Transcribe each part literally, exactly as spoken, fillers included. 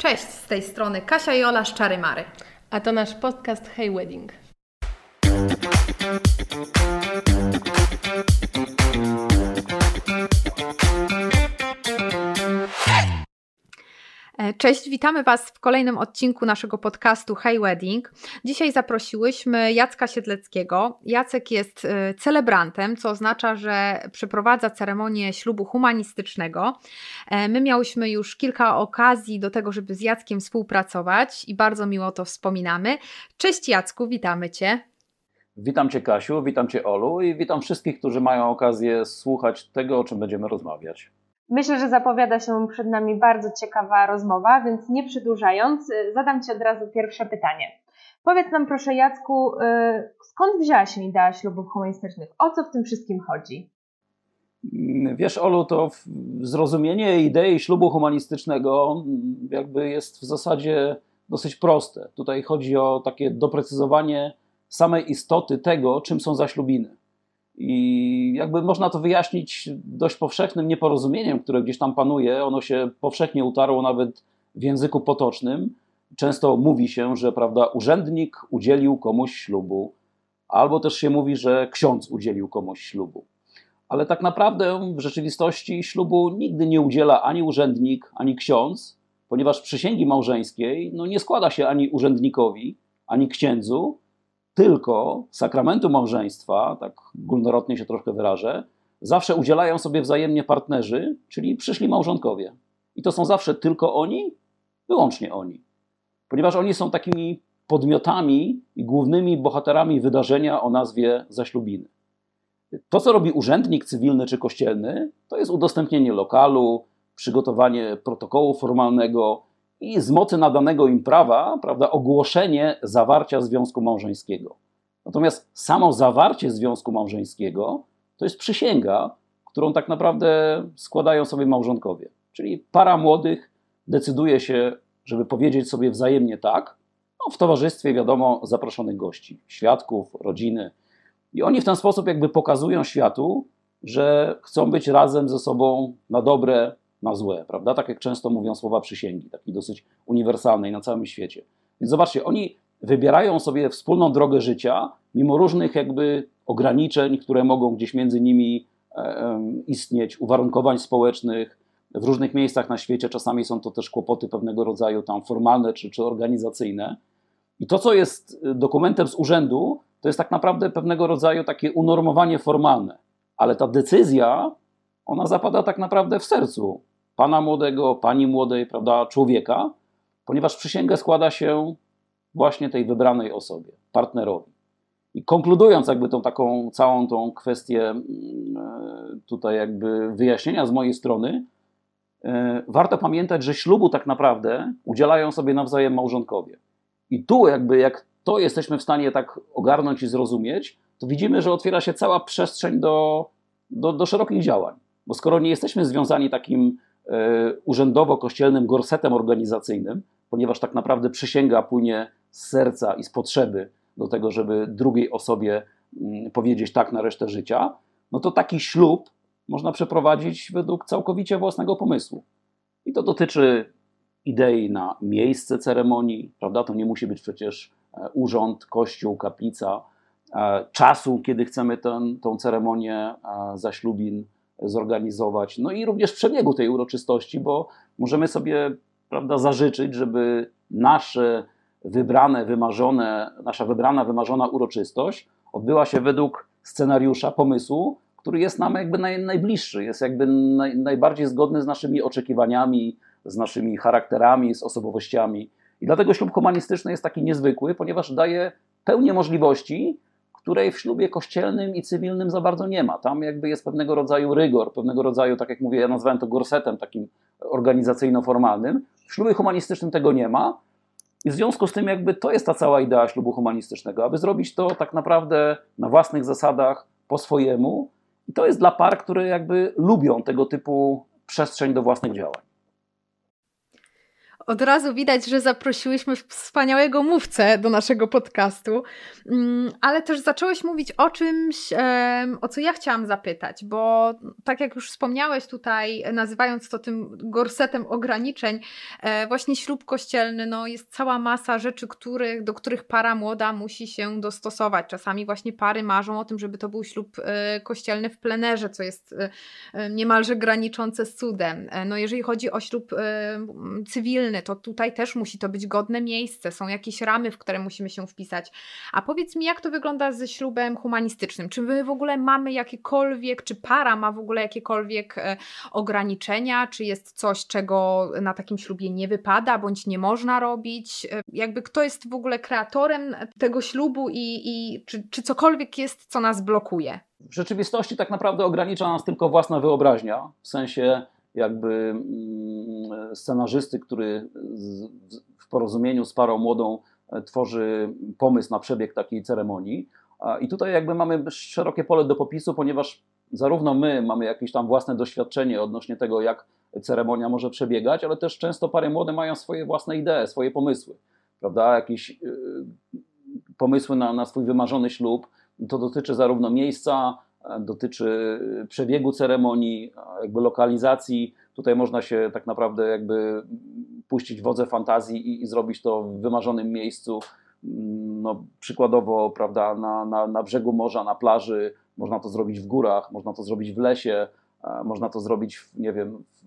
Cześć, z tej strony Kasia i Ola z Czary Mary. A to nasz podcast Hey Wedding. Cześć, witamy Was w kolejnym odcinku naszego podcastu Hey Wedding. Dzisiaj zaprosiłyśmy Jacka Siedleckiego. Jacek jest celebrantem, co oznacza, że przeprowadza ceremonię ślubu humanistycznego. My miałyśmy już kilka okazji do tego, żeby z Jackiem współpracować i bardzo miło to wspominamy. Cześć Jacku, witamy Cię. Witam Cię Kasiu, witam Cię Olu i witam wszystkich, którzy mają okazję słuchać tego, o czym będziemy rozmawiać. Myślę, że zapowiada się przed nami bardzo ciekawa rozmowa, więc nie przedłużając, zadam Ci od razu pierwsze pytanie. Powiedz nam proszę Jacku, skąd wzięła się idea ślubów humanistycznych? O co w tym wszystkim chodzi? Wiesz Olu, to zrozumienie idei ślubu humanistycznego jakby jest w zasadzie dosyć proste. Tutaj chodzi o takie doprecyzowanie samej istoty tego, czym są zaślubiny. I jakby można to wyjaśnić dość powszechnym nieporozumieniem, które gdzieś tam panuje. Ono się powszechnie utarło nawet w języku potocznym. Często mówi się, że prawda, urzędnik udzielił komuś ślubu, albo też się mówi, że ksiądz udzielił komuś ślubu. Ale tak naprawdę w rzeczywistości ślubu nigdy nie udziela ani urzędnik, ani ksiądz, ponieważ przysięgi małżeńskiej no, nie składa się ani urzędnikowi, ani księdzu, tylko sakramentu małżeństwa, tak ogólnorodnie się troszkę wyrażę, zawsze udzielają sobie wzajemnie partnerzy, czyli przyszli małżonkowie. I to są zawsze tylko oni, wyłącznie oni. Ponieważ oni są takimi podmiotami i głównymi bohaterami wydarzenia o nazwie zaślubiny. To, co robi urzędnik cywilny czy kościelny, to jest udostępnienie lokalu, przygotowanie protokołu formalnego, i z mocy nadanego im prawa, prawda, ogłoszenie zawarcia związku małżeńskiego. Natomiast samo zawarcie związku małżeńskiego to jest przysięga, którą tak naprawdę składają sobie małżonkowie. Czyli para młodych decyduje się, żeby powiedzieć sobie wzajemnie tak, no w towarzystwie, wiadomo, zaproszonych gości, świadków, rodziny. I oni w ten sposób jakby pokazują światu, że chcą być razem ze sobą na dobre, na złe, prawda? Tak jak często mówią słowa przysięgi, takiej dosyć uniwersalnej na całym świecie. Więc zobaczcie, oni wybierają sobie wspólną drogę życia, mimo różnych jakby ograniczeń, które mogą gdzieś między nimi e, istnieć, uwarunkowań społecznych w różnych miejscach na świecie. Czasami są to też kłopoty pewnego rodzaju tam formalne czy, czy organizacyjne. I to, co jest dokumentem z urzędu, to jest tak naprawdę pewnego rodzaju takie unormowanie formalne. Ale ta decyzja, ona zapada tak naprawdę w sercu pana młodego, pani młodej, prawda, człowieka, ponieważ przysięgę składa się właśnie tej wybranej osobie, partnerowi. I konkludując jakby tą taką całą tą kwestię tutaj jakby wyjaśnienia z mojej strony, warto pamiętać, że ślubu tak naprawdę udzielają sobie nawzajem małżonkowie. I tu jakby jak to jesteśmy w stanie tak ogarnąć i zrozumieć, to widzimy, że otwiera się cała przestrzeń do, do, do szerokich działań. Bo skoro nie jesteśmy związani takim e, urzędowo-kościelnym gorsetem organizacyjnym, ponieważ tak naprawdę przysięga płynie z serca i z potrzeby do tego, żeby drugiej osobie m, powiedzieć tak na resztę życia, no to taki ślub można przeprowadzić według całkowicie własnego pomysłu. I to dotyczy idei na miejsce ceremonii, prawda? To nie musi być przecież urząd, kościół, kaplica, e, czasu, kiedy chcemy ten, tą ceremonię e, zaślubin zorganizować, no i również przebiegu tej uroczystości, bo możemy sobie, prawda, zażyczyć, żeby nasze wybrane, wymarzone, nasza wybrana, wymarzona uroczystość odbyła się według scenariusza, pomysłu, który jest nam jakby naj, najbliższy, jest jakby naj, najbardziej zgodny z naszymi oczekiwaniami, z naszymi charakterami, z osobowościami. I dlatego ślub humanistyczny jest taki niezwykły, ponieważ daje pełnię możliwości, której w ślubie kościelnym i cywilnym za bardzo nie ma. Tam jakby jest pewnego rodzaju rygor, pewnego rodzaju, tak jak mówię, ja nazwałem to gorsetem takim organizacyjno-formalnym. W ślubie humanistycznym tego nie ma i w związku z tym jakby to jest ta cała idea ślubu humanistycznego, aby zrobić to tak naprawdę na własnych zasadach, po swojemu. I to jest dla par, które jakby lubią tego typu przestrzeń do własnych działań. Od razu widać, że zaprosiłyśmy wspaniałego mówcę do naszego podcastu, ale też zacząłeś mówić o czymś, o co ja chciałam zapytać, bo tak jak już wspomniałeś tutaj, nazywając to tym gorsetem ograniczeń, właśnie ślub kościelny, no jest cała masa rzeczy, których, do których para młoda musi się dostosować. Czasami właśnie pary marzą o tym, żeby to był ślub kościelny w plenerze, co jest niemalże graniczące z cudem. No jeżeli chodzi o ślub cywilny, to tutaj też musi to być godne miejsce, są jakieś ramy, w które musimy się wpisać. A powiedz mi, jak to wygląda ze ślubem humanistycznym? Czy my w ogóle mamy jakiekolwiek, czy para ma w ogóle jakiekolwiek e, ograniczenia? Czy jest coś, czego na takim ślubie nie wypada, bądź nie można robić? E, jakby kto jest w ogóle kreatorem tego ślubu i, i czy, czy cokolwiek jest, co nas blokuje? W rzeczywistości tak naprawdę ogranicza nas tylko własna wyobraźnia, w sensie jakby scenarzysty, który w porozumieniu z parą młodą tworzy pomysł na przebieg takiej ceremonii. I tutaj jakby mamy szerokie pole do popisu, ponieważ zarówno my mamy jakieś tam własne doświadczenie odnośnie tego, jak ceremonia może przebiegać, ale też często pary młode mają swoje własne idee, swoje pomysły, prawda? Jakieś pomysły na, na swój wymarzony ślub. To dotyczy zarówno miejsca, dotyczy przebiegu ceremonii, jakby lokalizacji. Tutaj można się tak naprawdę jakby puścić w wodze fantazji i, i zrobić to w wymarzonym miejscu. No, przykładowo, prawda, na, na, na brzegu morza, na plaży, można to zrobić w górach, można to zrobić w lesie, można to zrobić w, nie wiem, w,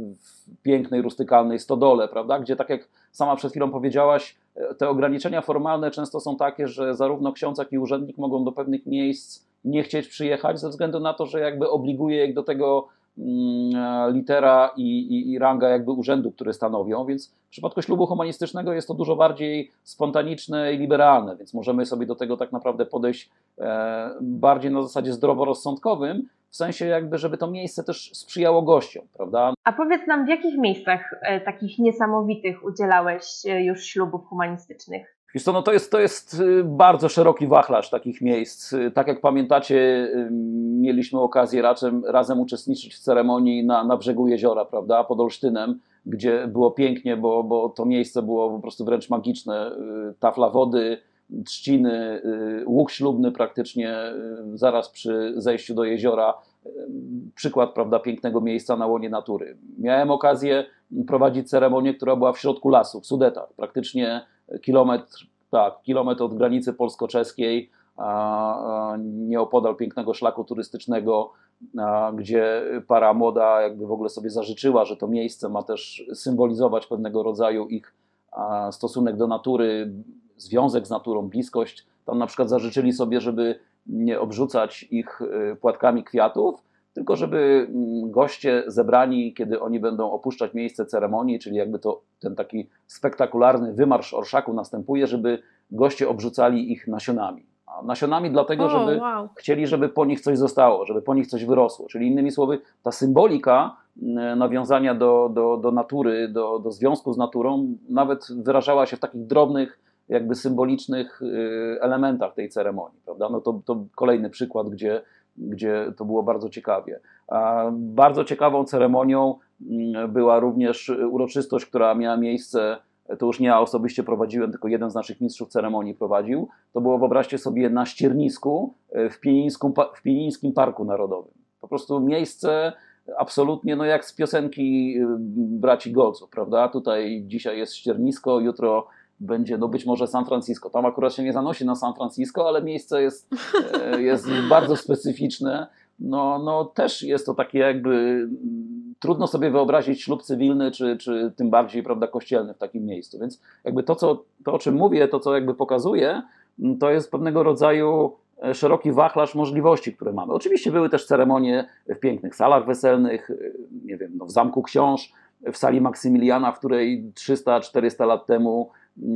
w pięknej, rustykalnej stodole, prawda, gdzie tak jak sama przed chwilą powiedziałaś, te ograniczenia formalne często są takie, że zarówno ksiądz, jak i urzędnik mogą do pewnych miejsc nie chcieć przyjechać ze względu na to, że jakby obliguje ich do tego mm, litera i, i, i ranga jakby urzędu, które stanowią, więc w przypadku ślubu humanistycznego jest to dużo bardziej spontaniczne i liberalne, więc możemy sobie do tego tak naprawdę podejść e, bardziej na zasadzie zdroworozsądkowym, w sensie jakby, żeby to miejsce też sprzyjało gościom, prawda? A powiedz nam, w jakich miejscach e, takich niesamowitych udzielałeś e, już ślubów humanistycznych? Wiesz co, no to jest, to jest bardzo szeroki wachlarz takich miejsc. Tak jak pamiętacie, mieliśmy okazję razem, razem uczestniczyć w ceremonii na, na brzegu jeziora, prawda, pod Olsztynem, gdzie było pięknie, bo, bo to miejsce było po prostu wręcz magiczne. Tafla wody, trzciny, łuk ślubny praktycznie zaraz przy zejściu do jeziora. Przykład, prawda, pięknego miejsca na łonie natury. Miałem okazję prowadzić ceremonię, która była w środku lasu, w Sudetach, praktycznie kilometr, tak, kilometr od granicy polsko-czeskiej, a, a nieopodal pięknego szlaku turystycznego, a, gdzie para młoda jakby w ogóle sobie zażyczyła, że to miejsce ma też symbolizować pewnego rodzaju ich a, stosunek do natury, związek z naturą, bliskość. Tam na przykład zażyczyli sobie, żeby nie obrzucać ich płatkami kwiatów, tylko żeby goście zebrani, kiedy oni będą opuszczać miejsce ceremonii, czyli jakby to ten taki spektakularny wymarsz orszaku następuje, żeby goście obrzucali ich nasionami. A nasionami dlatego, O, żeby wow. chcieli, żeby po nich coś zostało, żeby po nich coś wyrosło. Czyli innymi słowy, ta symbolika nawiązania do, do, do natury, do, do związku z naturą nawet wyrażała się w takich drobnych, jakby symbolicznych elementach tej ceremonii, prawda? No to, to kolejny przykład, gdzie, gdzie to było bardzo ciekawie. A bardzo ciekawą ceremonią była również uroczystość, która miała miejsce, to już nie ja osobiście prowadziłem, tylko jeden z naszych mistrzów ceremonii prowadził. To było, wyobraźcie sobie, na Ściernisku w Pienińskim, w Pienińskim Parku Narodowym. Po prostu miejsce absolutnie, no jak z piosenki braci Golców, prawda? Tutaj dzisiaj jest Ściernisko, jutro będzie, no być może San Francisco. Tam akurat się nie zanosi na San Francisco, ale miejsce jest, jest bardzo specyficzne. No, no też jest to takie jakby, trudno sobie wyobrazić ślub cywilny, czy, czy tym bardziej, prawda, kościelny w takim miejscu. Więc jakby to, co, to, o czym mówię, to, co jakby pokazuję, to jest pewnego rodzaju szeroki wachlarz możliwości, które mamy. Oczywiście były też ceremonie w pięknych salach weselnych, nie wiem, no w Zamku Książ, w sali Maksymiliana, w której trzysta czterysta lat temu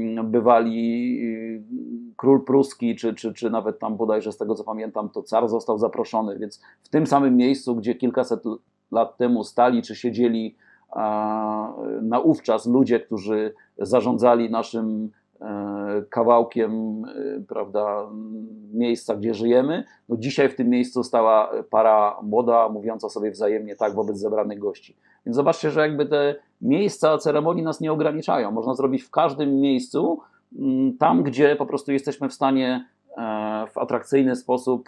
bywali król pruski, czy, czy, czy nawet tam bodajże z tego co pamiętam, to car został zaproszony, więc w tym samym miejscu, gdzie kilkaset lat temu stali czy siedzieli a, naówczas ludzie, którzy zarządzali naszym e, kawałkiem, prawda, miejsca, gdzie żyjemy. No dzisiaj w tym miejscu stała para młoda, mówiąca sobie wzajemnie tak wobec zebranych gości. Więc zobaczcie, że jakby te miejsca ceremonii nas nie ograniczają. Można zrobić w każdym miejscu, tam gdzie po prostu jesteśmy w stanie w atrakcyjny sposób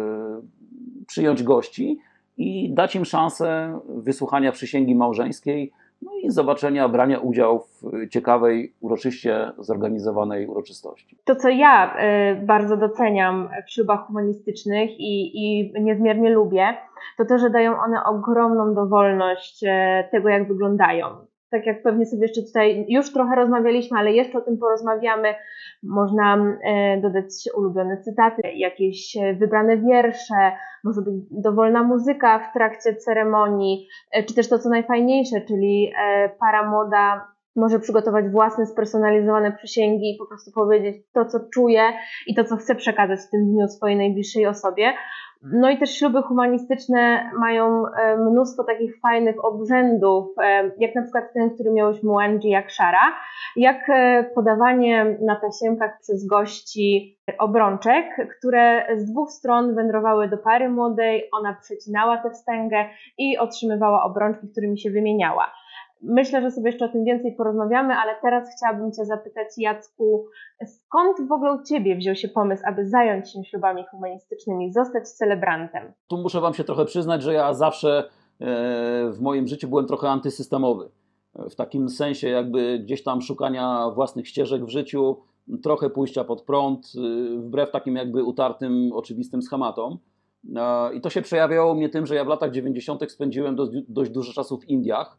przyjąć gości i dać im szansę wysłuchania przysięgi małżeńskiej, no i zobaczenia, brania udziału w ciekawej, uroczyście zorganizowanej uroczystości. To, co ja y, bardzo doceniam w ślubach humanistycznych i, i niezmiernie lubię, to to, że dają one ogromną dowolność y, tego, jak wyglądają. Tak jak pewnie sobie jeszcze tutaj już trochę rozmawialiśmy, ale jeszcze o tym porozmawiamy. Można y, dodać ulubione cytaty, jakieś wybrane wiersze, może być dowolna muzyka w trakcie ceremonii, y, czy też to, co najfajniejsze, czyli y, para młoda może przygotować własne, spersonalizowane przysięgi i po prostu powiedzieć to, co czuje i to, co chce przekazać w tym dniu swojej najbliższej osobie. No i też śluby humanistyczne mają mnóstwo takich fajnych obrzędów, jak na przykład ten, który miałyśmy u Angie Akshara, jak podawanie na tasiemkach przez gości obrączek, które z dwóch stron wędrowały do pary młodej, ona przecinała tę wstęgę i otrzymywała obrączki, którymi się wymieniała. Myślę, że sobie jeszcze o tym więcej porozmawiamy, ale teraz chciałabym Cię zapytać, Jacku, skąd w ogóle u Ciebie wziął się pomysł, aby zająć się ślubami humanistycznymi, zostać celebrantem? Tu muszę Wam się trochę przyznać, że ja zawsze w moim życiu byłem trochę antysystemowy. W takim sensie jakby gdzieś tam szukania własnych ścieżek w życiu, trochę pójścia pod prąd, wbrew takim jakby utartym, oczywistym schematom. I to się przejawiało mnie tym, że ja w latach dziewięćdziesiątych spędziłem dość, dość dużo czasu w Indiach,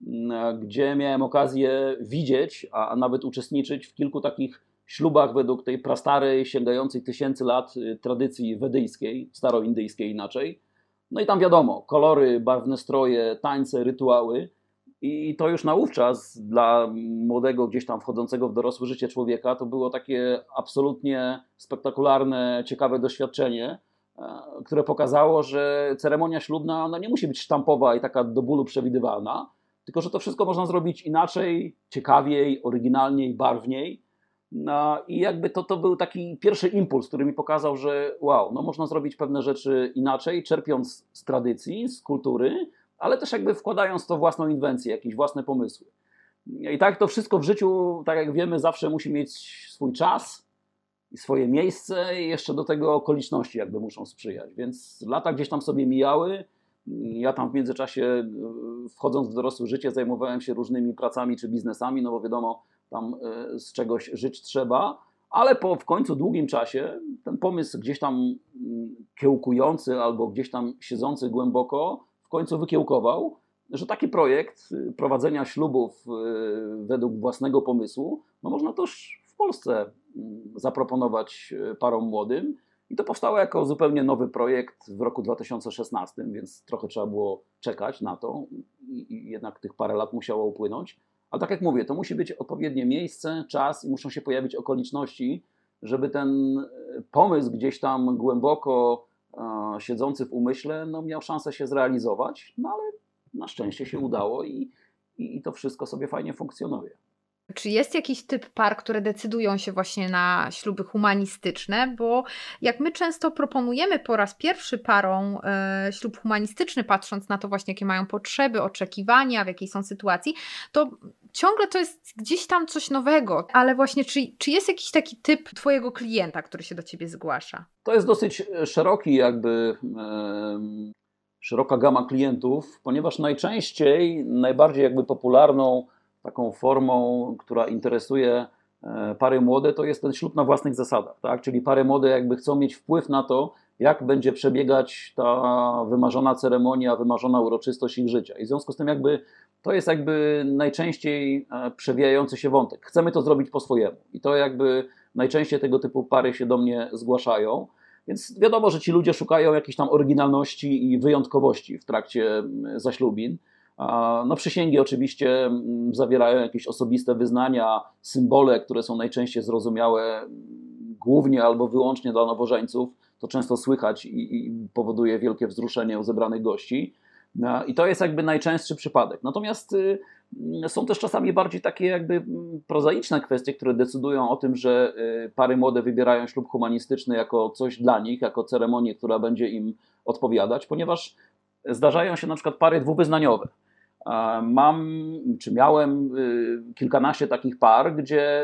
gdzie miałem okazję widzieć, a nawet uczestniczyć w kilku takich ślubach według tej prastarej, sięgającej tysięcy lat tradycji wedyjskiej, staroindyjskiej inaczej. No i tam wiadomo, kolory, barwne stroje, tańce, rytuały. I to już naówczas dla młodego, gdzieś tam wchodzącego w dorosłe życie człowieka, to było takie absolutnie spektakularne, ciekawe doświadczenie, które pokazało, że ceremonia ślubna ona nie musi być sztampowa i taka do bólu przewidywalna, tylko że to wszystko można zrobić inaczej, ciekawiej, oryginalniej, barwniej. No i jakby to, to był taki pierwszy impuls, który mi pokazał, że wow, no można zrobić pewne rzeczy inaczej, czerpiąc z tradycji, z kultury, ale też jakby wkładając w to własną inwencję, jakieś własne pomysły. I tak to wszystko w życiu, tak jak wiemy, zawsze musi mieć swój czas i swoje miejsce i jeszcze do tego okoliczności jakby muszą sprzyjać. Więc lata gdzieś tam sobie mijały. Ja tam w międzyczasie, wchodząc w dorosłe życie, zajmowałem się różnymi pracami czy biznesami, no bo wiadomo, tam z czegoś żyć trzeba, ale po w końcu długim czasie ten pomysł gdzieś tam kiełkujący albo gdzieś tam siedzący głęboko w końcu wykiełkował, że taki projekt prowadzenia ślubów według własnego pomysłu, no można też w Polsce zaproponować parom młodym. I to powstało jako zupełnie nowy projekt w roku dwa tysiące szesnastym, więc trochę trzeba było czekać na to i jednak tych parę lat musiało upłynąć. Ale tak jak mówię, to musi być odpowiednie miejsce, czas i muszą się pojawić okoliczności, żeby ten pomysł gdzieś tam głęboko e, siedzący w umyśle no, miał szansę się zrealizować, no ale na szczęście się udało i, i, i to wszystko sobie fajnie funkcjonuje. Czy jest jakiś typ par, które decydują się właśnie na śluby humanistyczne? Bo jak my często proponujemy po raz pierwszy parom e, ślub humanistyczny, patrząc na to właśnie, jakie mają potrzeby, oczekiwania, w jakiej są sytuacji, to ciągle to jest gdzieś tam coś nowego. Ale właśnie, czy, czy jest jakiś taki typ Twojego klienta, który się do Ciebie zgłasza? To jest dosyć szeroki jakby... E, szeroka gama klientów, ponieważ najczęściej, najbardziej jakby popularną taką formą, która interesuje pary młode, to jest ten ślub na własnych zasadach, tak? Czyli pary młode jakby chcą mieć wpływ na to, jak będzie przebiegać ta wymarzona ceremonia, wymarzona uroczystość ich życia. I w związku z tym jakby to jest jakby najczęściej przewijający się wątek. Chcemy to zrobić po swojemu. I to jakby najczęściej tego typu pary się do mnie zgłaszają. Więc wiadomo, że ci ludzie szukają jakiejś tam oryginalności i wyjątkowości w trakcie zaślubin. No przysięgi oczywiście zawierają jakieś osobiste wyznania, symbole, które są najczęściej zrozumiałe głównie albo wyłącznie dla nowożeńców. To często słychać i, i powoduje wielkie wzruszenie u zebranych gości. I to jest jakby najczęstszy przypadek. Natomiast są też czasami bardziej takie jakby prozaiczne kwestie, które decydują o tym, że pary młode wybierają ślub humanistyczny jako coś dla nich, jako ceremonię, która będzie im odpowiadać, ponieważ zdarzają się na przykład pary dwuwyznaniowe. Mam, czy miałem kilkanaście takich par, gdzie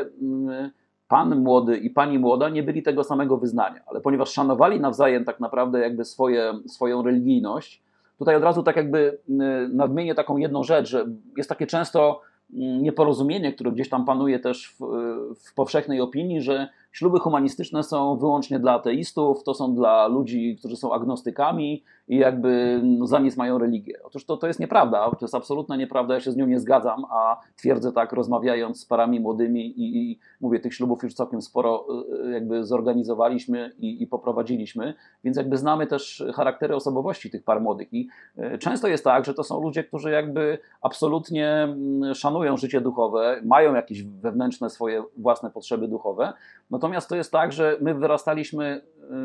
pan młody i pani młoda nie byli tego samego wyznania, ale ponieważ szanowali nawzajem tak naprawdę jakby swoje, swoją religijność, tutaj od razu tak jakby nadmienię taką jedną rzecz, że jest takie często nieporozumienie, które gdzieś tam panuje też w, w powszechnej opinii, że śluby humanistyczne są wyłącznie dla ateistów, to są dla ludzi, którzy są agnostykami i jakby no, za nic mają religię. Otóż to, to jest nieprawda, to jest absolutna nieprawda, ja się z nią nie zgadzam, a twierdzę tak, rozmawiając z parami młodymi i, i mówię, tych ślubów już całkiem sporo jakby zorganizowaliśmy i, i poprowadziliśmy, więc jakby znamy też charaktery osobowości tych par młodych i często jest tak, że to są ludzie, którzy jakby absolutnie szanują życie duchowe, mają jakieś wewnętrzne swoje własne potrzeby duchowe, natomiast to jest tak, że my wyrastaliśmy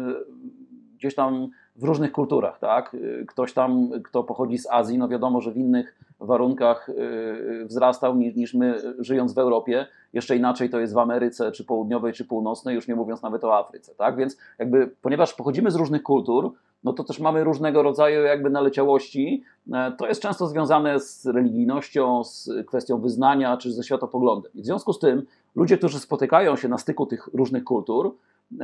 gdzieś tam w różnych kulturach, tak? Ktoś tam, kto pochodzi z Azji, no wiadomo, że w innych warunkach wzrastał niż, niż my żyjąc w Europie. Jeszcze inaczej to jest w Ameryce, czy południowej, czy północnej, już nie mówiąc nawet o Afryce, tak? Więc jakby, ponieważ pochodzimy z różnych kultur, no to też mamy różnego rodzaju jakby naleciałości. To jest często związane z religijnością, z kwestią wyznania, czy ze światopoglądem. I w związku z tym ludzie, którzy spotykają się na styku tych różnych kultur,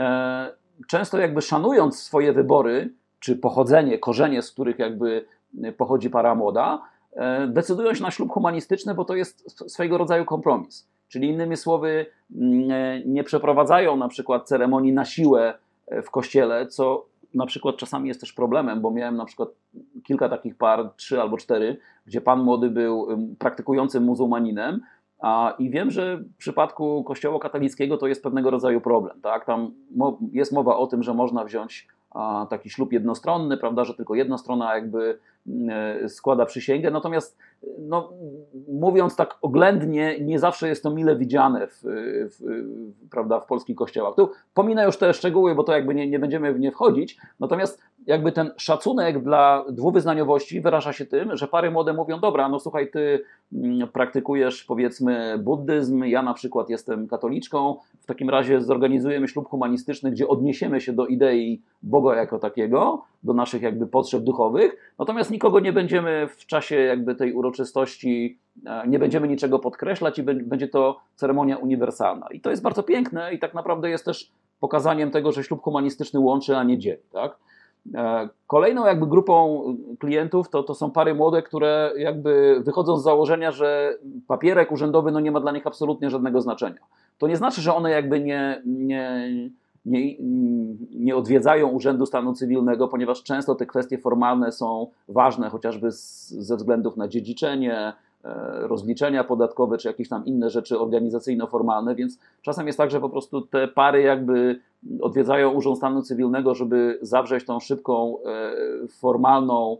często jakby szanując swoje wybory, czy pochodzenie, korzenie, z których jakby pochodzi para młoda, decydują się na ślub humanistyczny, bo to jest swojego rodzaju kompromis. Czyli innymi słowy, nie przeprowadzają na przykład ceremonii na siłę w kościele, co na przykład czasami jest też problemem, bo miałem na przykład kilka takich par, trzy albo cztery, gdzie pan młody był praktykującym muzułmaninem, a, i wiem, że w przypadku kościoła katolickiego to jest pewnego rodzaju problem. Tak? Tam mo- jest mowa o tym, że można wziąć a, taki ślub jednostronny, prawda, że tylko jedna strona jakby e, składa przysięgę, natomiast no, mówiąc tak oględnie, nie zawsze jest to mile widziane w, w, w, prawda, w polskich kościołach. Tu pominę już te szczegóły, bo to jakby nie, nie będziemy w nie wchodzić, natomiast jakby ten szacunek dla dwuwyznaniowości wyraża się tym, że pary młode mówią, dobra, no słuchaj, ty praktykujesz powiedzmy buddyzm, ja na przykład jestem katoliczką, w takim razie zorganizujemy ślub humanistyczny, gdzie odniesiemy się do idei Boga jako takiego, do naszych jakby potrzeb duchowych, natomiast nikogo nie będziemy w czasie jakby tej uroczystości, nie będziemy niczego podkreślać i będzie to ceremonia uniwersalna. I to jest bardzo piękne i tak naprawdę jest też pokazaniem tego, że ślub humanistyczny łączy, a nie dzieli, tak? Kolejną jakby grupą klientów to, to są pary młode, które jakby wychodzą z założenia, że papierek urzędowy no nie ma dla nich absolutnie żadnego znaczenia. To nie znaczy, że one jakby nie, nie, nie, nie odwiedzają Urzędu Stanu Cywilnego, ponieważ często te kwestie formalne są ważne, chociażby z, ze względów na dziedziczenie, rozliczenia podatkowe, czy jakieś tam inne rzeczy organizacyjno-formalne, więc czasem jest tak, że po prostu te pary jakby odwiedzają Urząd Stanu Cywilnego, żeby zawrzeć tą szybką, formalną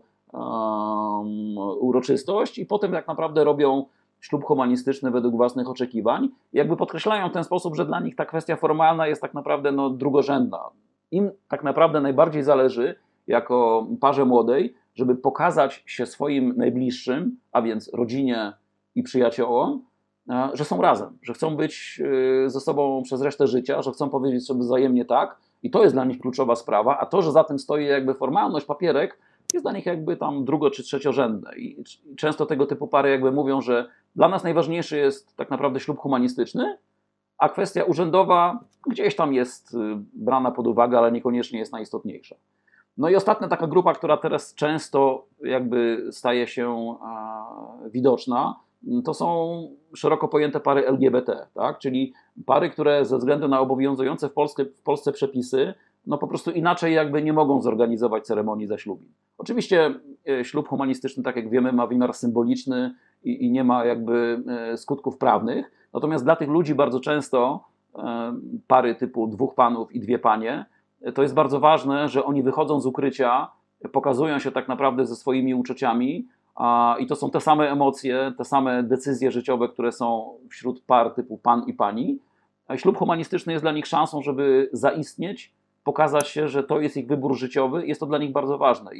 um, uroczystość i potem tak naprawdę robią ślub humanistyczny według własnych oczekiwań i jakby podkreślają w ten sposób, że dla nich ta kwestia formalna jest tak naprawdę no, drugorzędna. Im tak naprawdę najbardziej zależy jako parze młodej, żeby pokazać się swoim najbliższym, a więc rodzinie i przyjaciołom, że są razem, że chcą być ze sobą przez resztę życia, że chcą powiedzieć sobie wzajemnie tak i to jest dla nich kluczowa sprawa, a to, że za tym stoi jakby formalność, papierek, jest dla nich jakby tam drugo- czy trzeciorzędne i często tego typu pary jakby mówią, że dla nas najważniejszy jest tak naprawdę ślub humanistyczny, a kwestia urzędowa gdzieś tam jest brana pod uwagę, ale niekoniecznie jest najistotniejsza. No i ostatnia taka grupa, która teraz często jakby staje się a, widoczna, to są szeroko pojęte pary L G B T, tak? Czyli pary, które ze względu na obowiązujące w Polsce, w Polsce przepisy, no po prostu inaczej jakby nie mogą zorganizować ceremonii zaślubin. Oczywiście ślub humanistyczny, tak jak wiemy, ma wymiar symboliczny i, i nie ma jakby skutków prawnych, natomiast dla tych ludzi bardzo często pary typu dwóch panów i dwie panie, to jest bardzo ważne, że oni wychodzą z ukrycia, pokazują się tak naprawdę ze swoimi uczuciami a, i to są te same emocje, te same decyzje życiowe, które są wśród par typu pan i pani. A ślub humanistyczny jest dla nich szansą, żeby zaistnieć, pokazać się, że to jest ich wybór życiowy, jest to dla nich bardzo ważne. I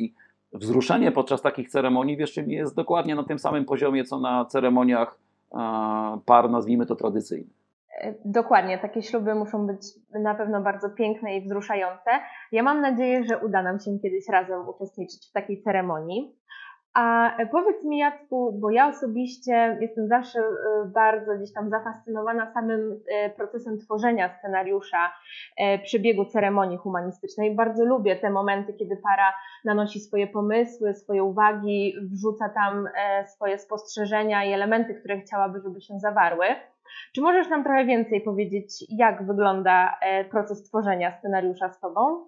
wzruszenie podczas takich ceremonii, wierzcie mi, jest dokładnie na tym samym poziomie, co na ceremoniach par, nazwijmy to, tradycyjnych. Dokładnie, takie śluby muszą być na pewno bardzo piękne i wzruszające. Ja mam nadzieję, że uda nam się kiedyś razem uczestniczyć w takiej ceremonii. A powiedz mi, Jacku, bo ja osobiście jestem zawsze bardzo gdzieś tam zafascynowana samym procesem tworzenia scenariusza przebiegu ceremonii humanistycznej. Bardzo lubię te momenty, kiedy para nanosi swoje pomysły, swoje uwagi, wrzuca tam swoje spostrzeżenia i elementy, które chciałaby, żeby się zawarły. Czy możesz nam trochę więcej powiedzieć, jak wygląda proces tworzenia scenariusza z Tobą?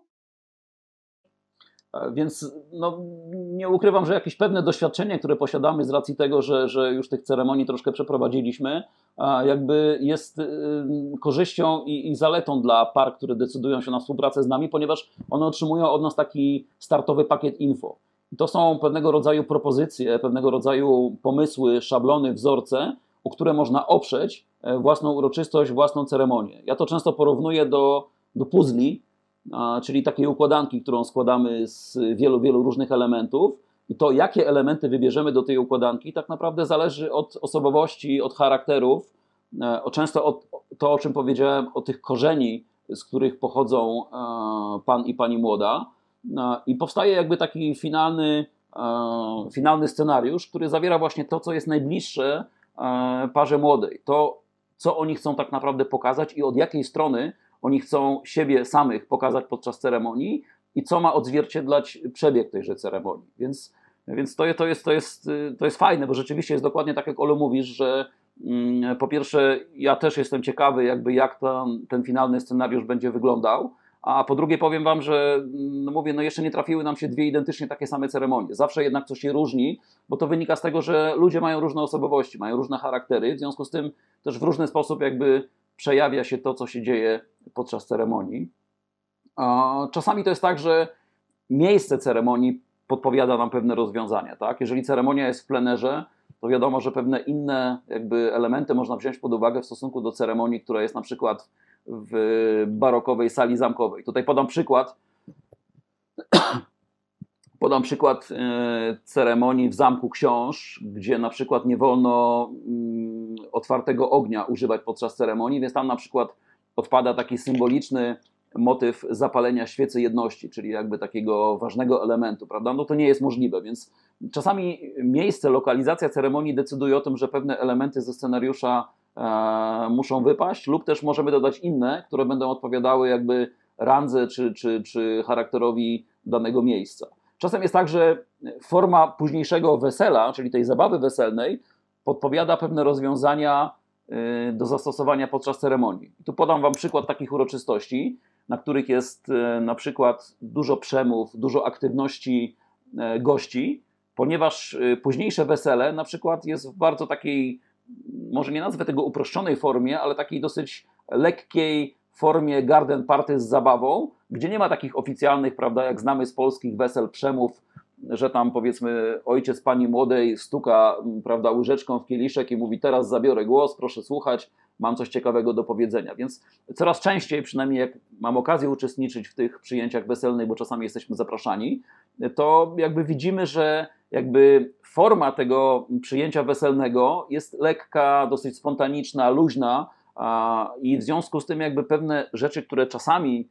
Więc no, nie ukrywam, że jakieś pewne doświadczenie, które posiadamy z racji tego, że, że już tych ceremonii troszkę przeprowadziliśmy, jakby jest korzyścią i, i zaletą dla par, które decydują się na współpracę z nami, ponieważ one otrzymują od nas taki startowy pakiet info. I to są pewnego rodzaju propozycje, pewnego rodzaju pomysły, szablony, wzorce, o które można oprzeć własną uroczystość, własną ceremonię. Ja to często porównuję do, do puzli, czyli takiej układanki, którą składamy z wielu, wielu różnych elementów. I to, jakie elementy wybierzemy do tej układanki, tak naprawdę zależy od osobowości, od charakterów, często od to, o czym powiedziałem, o tych korzeni, z których pochodzą pan i pani młoda. I powstaje jakby taki finalny, finalny scenariusz, który zawiera właśnie to, co jest najbliższe parze młodej. To, co oni chcą tak naprawdę pokazać i od jakiej strony oni chcą siebie samych pokazać podczas ceremonii i co ma odzwierciedlać przebieg tejże ceremonii. Więc, więc to, to, jest, to, jest, to jest fajne, bo rzeczywiście jest dokładnie tak, jak Olu mówisz, że mm, po pierwsze ja też jestem ciekawy, jakby jak ten, ten finalny scenariusz będzie wyglądał, a po drugie powiem wam, że no mówię, no jeszcze nie trafiły nam się dwie identycznie takie same ceremonie. Zawsze jednak coś się różni, bo to wynika z tego, że ludzie mają różne osobowości, mają różne charaktery, w związku z tym też w różny sposób jakby przejawia się to, co się dzieje podczas ceremonii. Czasami to jest tak, że miejsce ceremonii podpowiada nam pewne rozwiązania. Tak? Jeżeli ceremonia jest w plenerze, to wiadomo, że pewne inne jakby elementy można wziąć pod uwagę w stosunku do ceremonii, która jest na przykład w barokowej sali zamkowej. Tutaj podam przykład. Podam przykład ceremonii w Zamku Książ, gdzie na przykład nie wolno otwartego ognia używać podczas ceremonii, więc tam na przykład odpada taki symboliczny motyw zapalenia świecy jedności, czyli jakby takiego ważnego elementu, prawda? No to nie jest możliwe, więc czasami miejsce, lokalizacja ceremonii decyduje o tym, że pewne elementy ze scenariusza e, muszą wypaść, lub też możemy dodać inne, które będą odpowiadały jakby randze czy, czy, czy charakterowi danego miejsca. Czasem jest tak, że forma późniejszego wesela, czyli tej zabawy weselnej, podpowiada pewne rozwiązania do zastosowania podczas ceremonii. I tu podam wam przykład takich uroczystości, na których jest na przykład dużo przemów, dużo aktywności gości, ponieważ późniejsze wesele na przykład jest w bardzo takiej, może nie nazwę tego uproszczonej formie, ale takiej dosyć lekkiej formie garden party z zabawą, gdzie nie ma takich oficjalnych, prawda, jak znamy z polskich wesel, przemów, że tam powiedzmy ojciec pani młodej stuka, prawda, łyżeczką w kieliszek i mówi: teraz zabiorę głos, proszę słuchać, mam coś ciekawego do powiedzenia. Więc coraz częściej, przynajmniej jak mam okazję uczestniczyć w tych przyjęciach weselnych, bo czasami jesteśmy zapraszani, to jakby widzimy, że jakby forma tego przyjęcia weselnego jest lekka, dosyć spontaniczna, luźna, i w związku z tym jakby pewne rzeczy, które czasami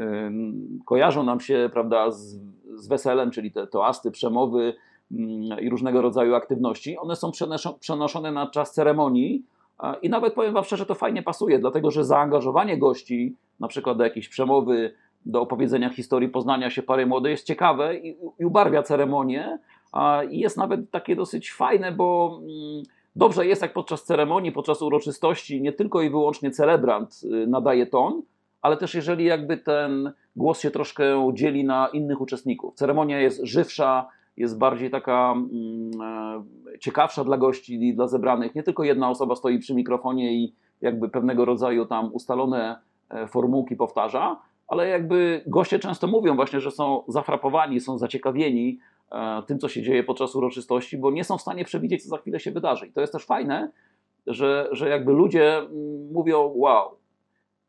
kojarzą nam się, prawda, z, z weselem, czyli te toasty, przemowy i różnego rodzaju aktywności, one są przenoszone na czas ceremonii i nawet powiem wam szczerze, to fajnie pasuje, dlatego że zaangażowanie gości, na przykład do jakiejś przemowy, do opowiedzenia historii poznania się pary młodej jest ciekawe i, i ubarwia ceremonię i jest nawet takie dosyć fajne, bo dobrze jest, jak podczas ceremonii, podczas uroczystości nie tylko i wyłącznie celebrant nadaje ton, ale też jeżeli jakby ten głos się troszkę dzieli na innych uczestników. Ceremonia jest żywsza, jest bardziej taka mm, ciekawsza dla gości i dla zebranych. Nie tylko jedna osoba stoi przy mikrofonie i jakby pewnego rodzaju tam ustalone formułki powtarza, ale jakby goście często mówią właśnie, że są zafrapowani, są zaciekawieni e, tym, co się dzieje podczas uroczystości, bo nie są w stanie przewidzieć, co za chwilę się wydarzy. I to jest też fajne, że, że jakby ludzie mówią: wow,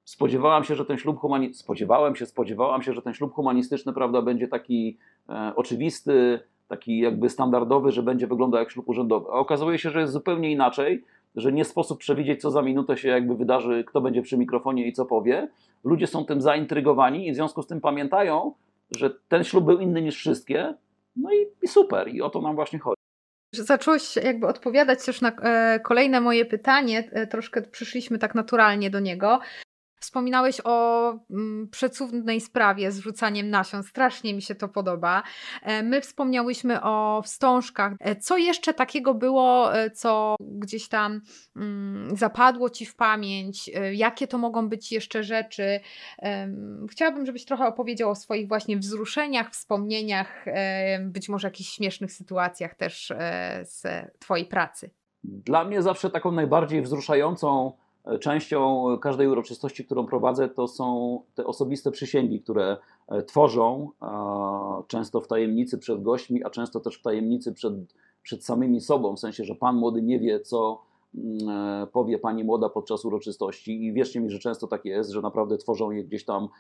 Spodziewałam się, że ten ślub humani... spodziewałem się, spodziewałam się, że ten ślub humanistyczny, prawda, będzie taki e, oczywisty, taki jakby standardowy, że będzie wyglądał jak ślub urzędowy. A okazuje się, że jest zupełnie inaczej, że nie sposób przewidzieć, co za minutę się jakby wydarzy, kto będzie przy mikrofonie i co powie. Ludzie są tym zaintrygowani i w związku z tym pamiętają, że ten ślub był inny niż wszystkie. No i, i super. I o to nam właśnie chodzi. Zacząłeś jakby odpowiadać też na e, kolejne moje pytanie, e, troszkę przyszliśmy tak naturalnie do niego. Wspominałeś o mm, przecudnej sprawie z rzucaniem nasion, strasznie mi się to podoba. E, my wspomniałyśmy o wstążkach. E, co jeszcze takiego było, e, co gdzieś tam mm, zapadło Ci w pamięć? E, jakie to mogą być jeszcze rzeczy? E, chciałabym, żebyś trochę opowiedział o swoich właśnie wzruszeniach, wspomnieniach, e, być może jakichś śmiesznych sytuacjach też e, z Twojej pracy. Dla mnie zawsze taką najbardziej wzruszającą częścią każdej uroczystości, którą prowadzę, to są te osobiste przysięgi, które tworzą, często w tajemnicy przed gośćmi, a często też w tajemnicy przed, przed samymi sobą, w sensie, że pan młody nie wie, co powie pani młoda podczas uroczystości i wierzcie mi, że często tak jest, że naprawdę tworzą je gdzieś tam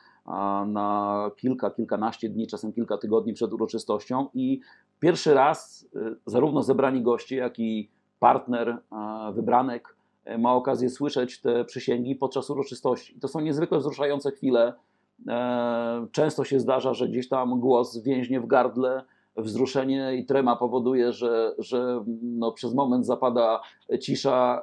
na kilka, kilkanaście dni, czasem kilka tygodni przed uroczystością i pierwszy raz zarówno zebrani goście, jak i partner, wybranek ma okazję słyszeć te przysięgi podczas uroczystości. I to są niezwykle wzruszające chwile. Często się zdarza, że gdzieś tam głos więźnie w gardle, wzruszenie i trema powoduje, że, że no przez moment zapada cisza.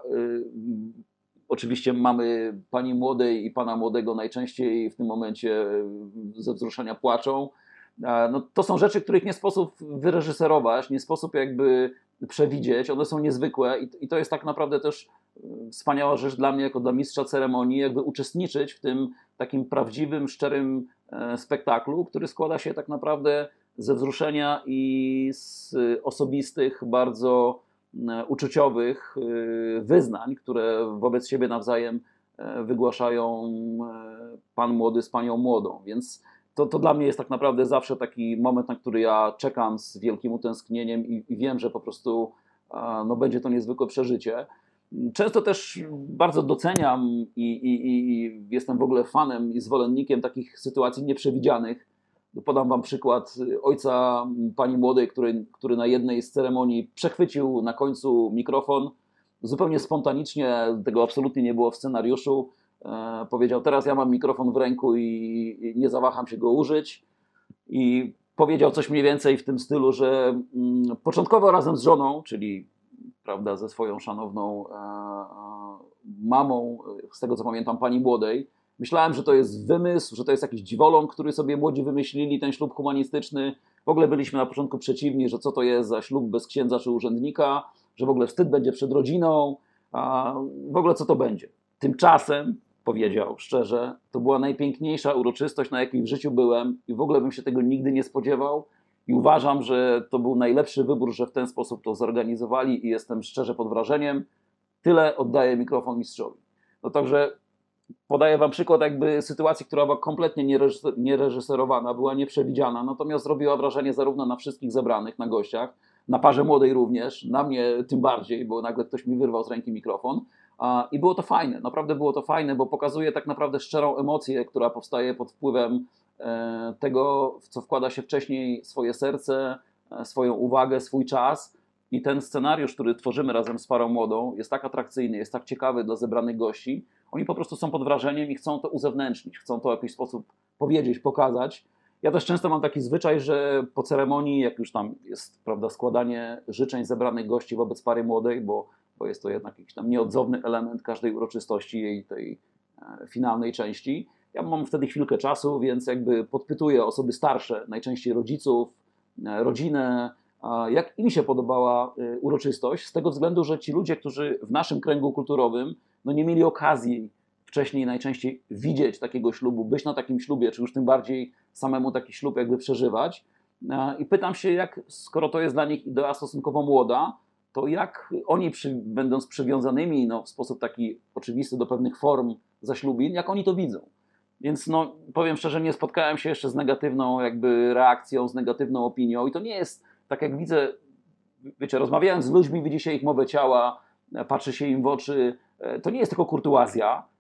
Oczywiście mamy pani młodej i pana młodego najczęściej w tym momencie ze wzruszenia płaczą. No, to są rzeczy, których nie sposób wyreżyserować, nie sposób jakby przewidzieć. One są niezwykłe i, i to jest tak naprawdę też wspaniała rzecz dla mnie, jako dla mistrza ceremonii, jakby uczestniczyć w tym takim prawdziwym, szczerym spektaklu, który składa się tak naprawdę ze wzruszenia i z osobistych, bardzo uczuciowych wyznań, które wobec siebie nawzajem wygłaszają pan młody z panią młodą. Więc to, to dla mnie jest tak naprawdę zawsze taki moment, na który ja czekam z wielkim utęsknieniem i, i wiem, że po prostu no, będzie to niezwykłe przeżycie. Często też bardzo doceniam i, i, i jestem w ogóle fanem i zwolennikiem takich sytuacji nieprzewidzianych. Podam wam przykład ojca pani młodej, który, który na jednej z ceremonii przechwycił na końcu mikrofon. Zupełnie spontanicznie, tego absolutnie nie było w scenariuszu. E, powiedział, teraz ja mam mikrofon w ręku i, i nie zawaham się go użyć. I powiedział coś mniej więcej w tym stylu, że mm, początkowo razem z żoną, czyli prawda, ze swoją szanowną e, e, mamą, z tego co pamiętam, pani młodej, myślałem, że to jest wymysł, że to jest jakiś dziwoląg, który sobie młodzi wymyślili, ten ślub humanistyczny. W ogóle byliśmy na początku przeciwni, że co to jest za ślub bez księdza czy urzędnika, że w ogóle wstyd będzie przed rodziną, a w ogóle co to będzie. Tymczasem, powiedział szczerze, to była najpiękniejsza uroczystość, na jakiej w życiu byłem i w ogóle bym się tego nigdy nie spodziewał. I uważam, że to był najlepszy wybór, że w ten sposób to zorganizowali i jestem szczerze pod wrażeniem. Tyle oddaję mikrofon mistrzowi. No także podaję wam przykład jakby sytuacji, która była kompletnie niereżyserowana, była nieprzewidziana, natomiast zrobiła wrażenie zarówno na wszystkich zebranych, na gościach, na parze młodej również, na mnie tym bardziej, bo nagle ktoś mi wyrwał z ręki mikrofon. I było to fajne, naprawdę było to fajne, bo pokazuje tak naprawdę szczerą emocję, która powstaje pod wpływem tego, w co wkłada się wcześniej swoje serce, swoją uwagę, swój czas. I ten scenariusz, który tworzymy razem z parą młodą, jest tak atrakcyjny, jest tak ciekawy dla zebranych gości. Oni po prostu są pod wrażeniem i chcą to uzewnętrznić, chcą to w jakiś sposób powiedzieć, pokazać. Ja też często mam taki zwyczaj, że po ceremonii, jak już tam jest, prawda, składanie życzeń zebranych gości wobec pary młodej, bo, bo jest to jednak jakiś tam nieodzowny element każdej uroczystości, jej tej e, finalnej części. Ja mam wtedy chwilkę czasu, więc jakby podpytuję osoby starsze, najczęściej rodziców, e, rodzinę, e, jak im się podobała e, uroczystość, z tego względu, że ci ludzie, którzy w naszym kręgu kulturowym no nie mieli okazji wcześniej najczęściej widzieć takiego ślubu, być na takim ślubie, czy już tym bardziej samemu taki ślub jakby przeżywać. I pytam się, jak, skoro to jest dla nich idea stosunkowo młoda, to jak oni, przy, będąc przywiązanymi no, w sposób taki oczywisty do pewnych form zaślubin, jak oni to widzą. Więc no, powiem szczerze, nie spotkałem się jeszcze z negatywną jakby reakcją, z negatywną opinią i to nie jest, tak jak widzę, wiecie, rozmawiając z ludźmi, widzi się ich mowę ciała, patrzy się im w oczy, to nie jest tylko kurtuazja,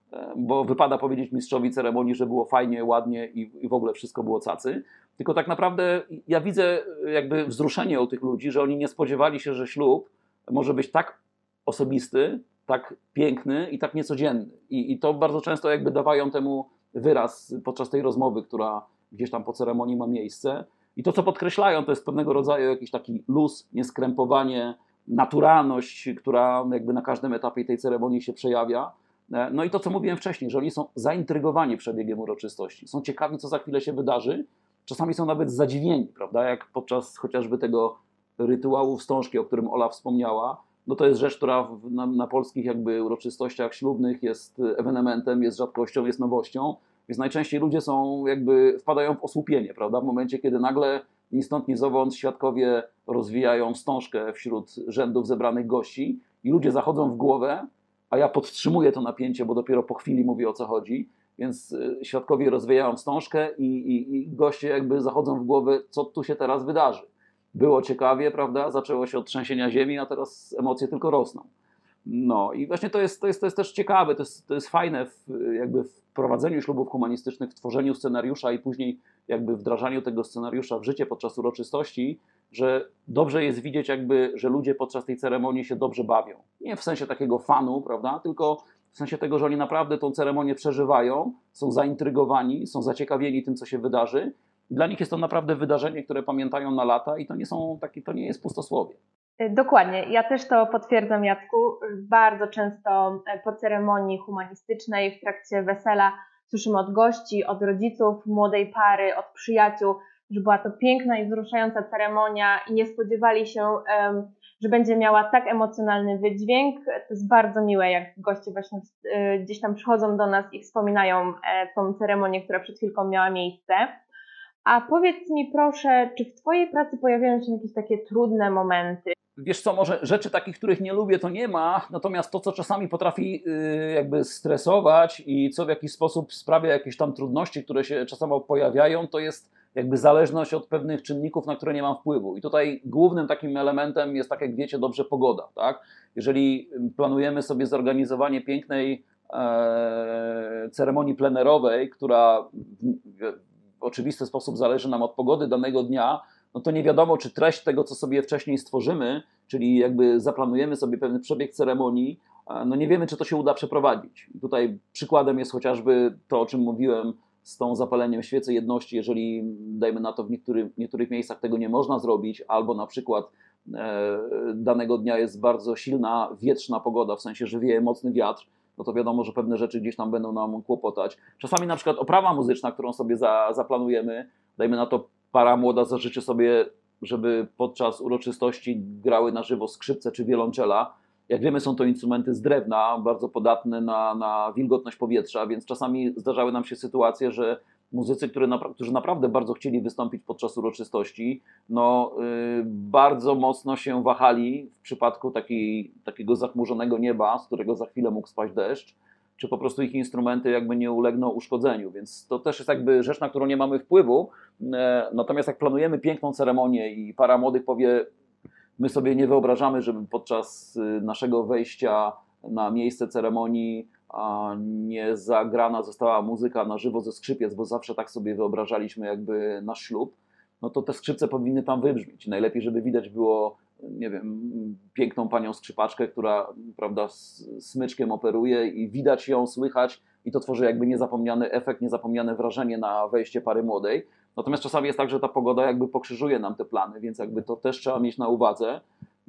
bo wypada powiedzieć mistrzowi ceremonii, że było fajnie, ładnie i, i w ogóle wszystko było cacy. Tylko tak naprawdę ja widzę jakby wzruszenie u tych ludzi, że oni nie spodziewali się, że ślub może być tak osobisty, tak piękny i tak niecodzienny. I, i to bardzo często jakby dawają temu wyraz podczas tej rozmowy, która gdzieś tam po ceremonii ma miejsce. I to, co podkreślają, to jest pewnego rodzaju jakiś taki luz, nieskrępowanie, naturalność, która jakby na każdym etapie tej ceremonii się przejawia. No i to, co mówiłem wcześniej, że oni są zaintrygowani przebiegiem uroczystości, są ciekawi, co za chwilę się wydarzy, czasami są nawet zadziwieni, prawda, jak podczas chociażby tego rytuału wstążki, o którym Ola wspomniała, no to jest rzecz, która w, na, na polskich jakby uroczystościach ślubnych jest ewenementem, jest rzadkością, jest nowością, więc najczęściej ludzie są jakby, wpadają w osłupienie, prawda, w momencie, kiedy nagle ni stąd, ni zowąd świadkowie rozwijają wstążkę wśród rzędów zebranych gości i ludzie zachodzą w głowę, a ja podtrzymuję to napięcie, bo dopiero po chwili mówię, o co chodzi, więc świadkowie rozwijają wstążkę i, i, i goście jakby zachodzą w głowę, co tu się teraz wydarzy. Było ciekawie, prawda, zaczęło się od trzęsienia ziemi, a teraz emocje tylko rosną. No i właśnie to jest, to jest, to jest też ciekawe, to jest, to jest fajne w, jakby w prowadzeniu ślubów humanistycznych, w tworzeniu scenariusza i później jakby wdrażaniu tego scenariusza w życie podczas uroczystości, że dobrze jest widzieć jakby, że ludzie podczas tej ceremonii się dobrze bawią. Nie w sensie takiego fanu, prawda, tylko w sensie tego, że oni naprawdę tą ceremonię przeżywają, są zaintrygowani, są zaciekawieni tym, co się wydarzy. Dla nich jest to naprawdę wydarzenie, które pamiętają na lata i to nie są takie, to nie jest pustosłowie. Dokładnie, ja też to potwierdzam, Jacku. Bardzo często po ceremonii humanistycznej w trakcie wesela słyszymy od gości, od rodziców młodej pary, od przyjaciół, że była to piękna i wzruszająca ceremonia i nie spodziewali się, że będzie miała tak emocjonalny wydźwięk. To jest bardzo miłe, jak goście właśnie gdzieś tam przychodzą do nas i wspominają tą ceremonię, która przed chwilką miała miejsce. A powiedz mi proszę, czy w Twojej pracy pojawiają się jakieś takie trudne momenty? Wiesz co, może rzeczy takich, których nie lubię, to nie ma, natomiast to, co czasami potrafi yy, jakby stresować i co w jakiś sposób sprawia jakieś tam trudności, które się czasami pojawiają, to jest jakby zależność od pewnych czynników, na które nie mam wpływu. I tutaj głównym takim elementem jest, tak jak wiecie, dobrze pogoda, tak? Jeżeli planujemy sobie zorganizowanie pięknej e, ceremonii plenerowej, która w, w oczywisty sposób zależy nam od pogody danego dnia, no to nie wiadomo, czy treść tego, co sobie wcześniej stworzymy, czyli jakby zaplanujemy sobie pewien przebieg ceremonii, no nie wiemy, czy to się uda przeprowadzić. I tutaj przykładem jest chociażby to, o czym mówiłem z tą zapaleniem świecy jedności, jeżeli dajmy na to w niektórych, w niektórych miejscach tego nie można zrobić, albo na przykład e, danego dnia jest bardzo silna, wietrzna pogoda, w sensie, że wieje mocny wiatr, no to wiadomo, że pewne rzeczy gdzieś tam będą nam kłopotać. Czasami na przykład oprawa muzyczna, którą sobie za, zaplanujemy, dajmy na to para młoda zażyczy sobie, żeby podczas uroczystości grały na żywo skrzypce czy wiolonczela. Jak wiemy, są to instrumenty z drewna, bardzo podatne na, na wilgotność powietrza, więc czasami zdarzały nam się sytuacje, że muzycy, które, którzy naprawdę bardzo chcieli wystąpić podczas uroczystości, no, yy, bardzo mocno się wahali w przypadku takiej, takiego zachmurzonego nieba, z którego za chwilę mógł spaść deszcz, czy po prostu ich instrumenty jakby nie ulegną uszkodzeniu, więc to też jest jakby rzecz, na którą nie mamy wpływu, natomiast jak planujemy piękną ceremonię i para młodych powie, my sobie nie wyobrażamy, żeby podczas naszego wejścia na miejsce ceremonii nie zagrana została muzyka na żywo ze skrzypiec, bo zawsze tak sobie wyobrażaliśmy jakby nasz ślub, no to te skrzypce powinny tam wybrzmieć. Najlepiej, żeby widać było, nie wiem, piękną panią skrzypaczkę, która, prawda, smyczkiem operuje i widać ją, słychać i to tworzy jakby niezapomniany efekt, niezapomniane wrażenie na wejście pary młodej. Natomiast czasami jest tak, że ta pogoda jakby pokrzyżuje nam te plany, więc jakby to też trzeba mieć na uwadze.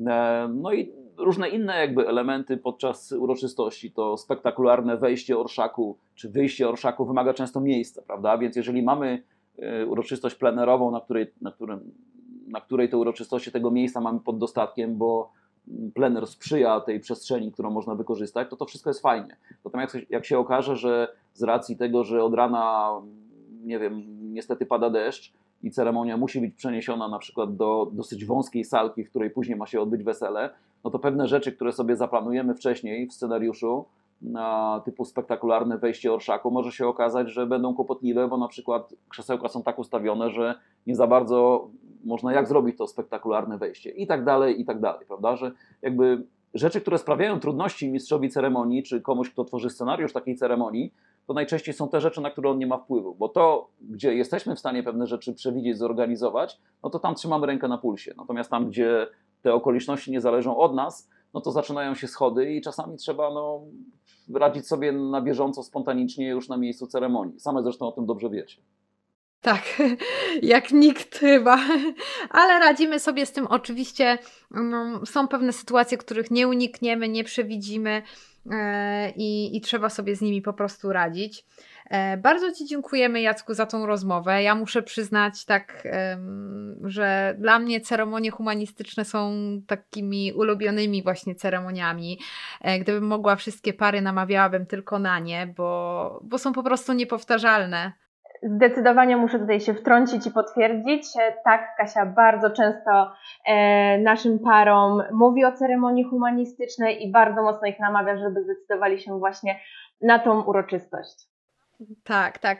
No i różne inne jakby elementy podczas uroczystości, to spektakularne wejście orszaku, czy wyjście orszaku wymaga często miejsca, prawda? Więc jeżeli mamy uroczystość plenerową, na której, na którym, na której to uroczystości tego miejsca mamy pod dostatkiem, bo plener sprzyja tej przestrzeni, którą można wykorzystać, to to wszystko jest fajnie. Natomiast jak, jak się okaże, że z racji tego, że od rana, nie wiem, niestety pada deszcz i ceremonia musi być przeniesiona na przykład do dosyć wąskiej salki, w której później ma się odbyć wesele, no to pewne rzeczy, które sobie zaplanujemy wcześniej w scenariuszu, na typu spektakularne wejście orszaku, może się okazać, że będą kłopotliwe, bo na przykład krzesełka są tak ustawione, że nie za bardzo można jak zrobić to spektakularne wejście i tak dalej, i tak dalej, prawda, że jakby rzeczy, które sprawiają trudności mistrzowi ceremonii, czy komuś, kto tworzy scenariusz takiej ceremonii, to najczęściej są te rzeczy, na które on nie ma wpływu. Bo to, gdzie jesteśmy w stanie pewne rzeczy przewidzieć, zorganizować, no to tam trzymamy rękę na pulsie. Natomiast tam, gdzie te okoliczności nie zależą od nas, no to zaczynają się schody i czasami trzeba no, radzić sobie na bieżąco, spontanicznie już na miejscu ceremonii. Same zresztą o tym dobrze wiecie. Tak, jak nikt chyba, ale radzimy sobie z tym oczywiście. Są pewne sytuacje, których nie unikniemy, nie przewidzimy i, i trzeba sobie z nimi po prostu radzić. Bardzo Ci dziękujemy, Jacku, za tą rozmowę. Ja muszę przyznać tak, że dla mnie ceremonie humanistyczne są takimi ulubionymi właśnie ceremoniami. Gdybym mogła, wszystkie pary namawiałabym tylko na nie, bo, bo są po prostu niepowtarzalne. Zdecydowanie muszę tutaj się wtrącić i potwierdzić. Tak, Kasia bardzo często e, naszym parom mówi o ceremonii humanistycznej i bardzo mocno ich namawia, żeby zdecydowali się właśnie na tą uroczystość. Tak, tak.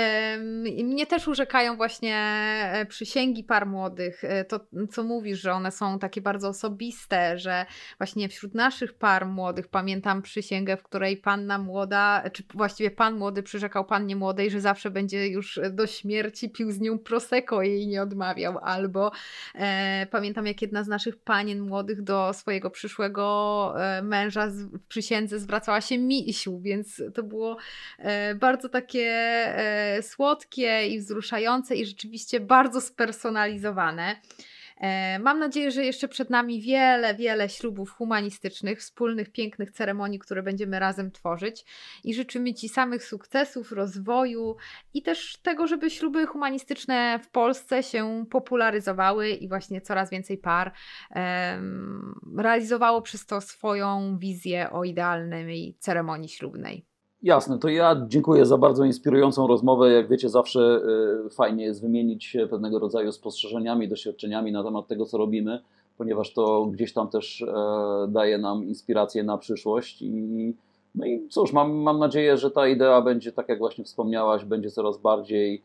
Mnie też urzekają właśnie przysięgi par młodych. To, co mówisz, że one są takie bardzo osobiste, że właśnie wśród naszych par młodych pamiętam przysięgę, w której panna młoda, czy właściwie pan młody przyrzekał pannie młodej, że zawsze będzie już do śmierci pił z nią prosecco i jej nie odmawiał. Albo e, pamiętam, jak jedna z naszych panien młodych do swojego przyszłego męża w przysiędze zwracała się misiu, więc to było e, bardzo bardzo takie e, słodkie i wzruszające i rzeczywiście bardzo spersonalizowane. E, mam nadzieję, że jeszcze przed nami wiele, wiele ślubów humanistycznych, wspólnych, pięknych ceremonii, które będziemy razem tworzyć i życzymy Ci samych sukcesów, rozwoju i też tego, żeby śluby humanistyczne w Polsce się popularyzowały i właśnie coraz więcej par e, realizowało przez to swoją wizję o idealnej ceremonii ślubnej. Jasne, to ja dziękuję za bardzo inspirującą rozmowę. Jak wiecie, zawsze fajnie jest wymienić się pewnego rodzaju spostrzeżeniami, doświadczeniami na temat tego, co robimy, ponieważ to gdzieś tam też daje nam inspirację na przyszłość. I, no i cóż, mam, mam nadzieję, że ta idea będzie, tak jak właśnie wspomniałaś, będzie coraz bardziej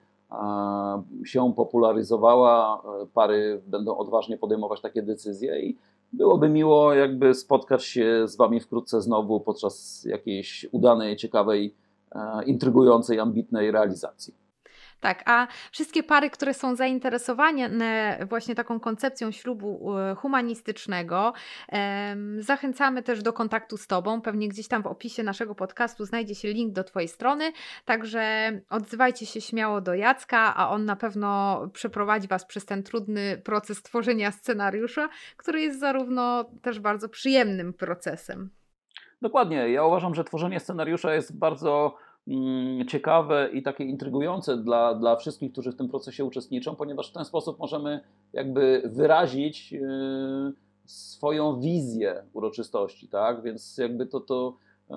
się popularyzowała, pary będą odważnie podejmować takie decyzje i byłoby miło jakby spotkać się z Wami wkrótce znowu podczas jakiejś udanej, ciekawej, intrygującej, ambitnej realizacji. Tak, a wszystkie pary, które są zainteresowane właśnie taką koncepcją ślubu humanistycznego, zachęcamy też do kontaktu z Tobą. Pewnie gdzieś tam w opisie naszego podcastu znajdzie się link do Twojej strony, także odzywajcie się śmiało do Jacka, a on na pewno przeprowadzi Was przez ten trudny proces tworzenia scenariusza, który jest zarówno też bardzo przyjemnym procesem. Dokładnie. Ja uważam, że tworzenie scenariusza jest bardzo ciekawe i takie intrygujące dla, dla wszystkich, którzy w tym procesie uczestniczą, ponieważ w ten sposób możemy jakby wyrazić yy, swoją wizję uroczystości, tak? Więc jakby to, to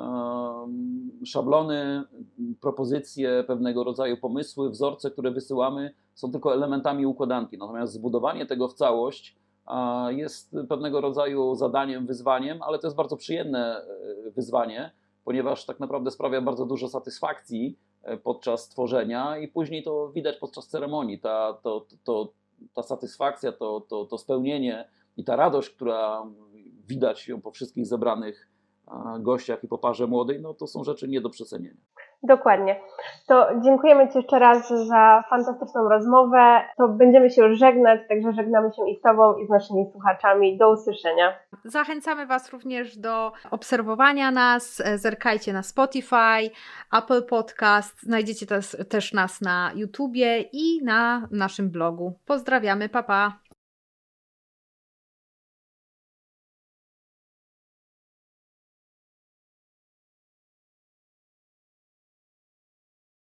yy, szablony, propozycje, pewnego rodzaju pomysły, wzorce, które wysyłamy, są tylko elementami układanki, natomiast zbudowanie tego w całość yy, jest pewnego rodzaju zadaniem, wyzwaniem, ale to jest bardzo przyjemne wyzwanie, ponieważ tak naprawdę sprawia bardzo dużo satysfakcji podczas tworzenia i później to widać podczas ceremonii. Ta, to, to, ta satysfakcja, to, to, to spełnienie i ta radość, która widać ją po wszystkich zebranych gościach i po parze młodej, no to są rzeczy nie do przecenienia. Dokładnie. To dziękujemy Ci jeszcze raz za fantastyczną rozmowę. To będziemy się już żegnać, także żegnamy się i z Tobą, i z naszymi słuchaczami. Do usłyszenia. Zachęcamy Was również do obserwowania nas. Zerkajcie na Spotify, Apple Podcast. Znajdziecie też, też nas na YouTubie i na naszym blogu. Pozdrawiamy, pa pa!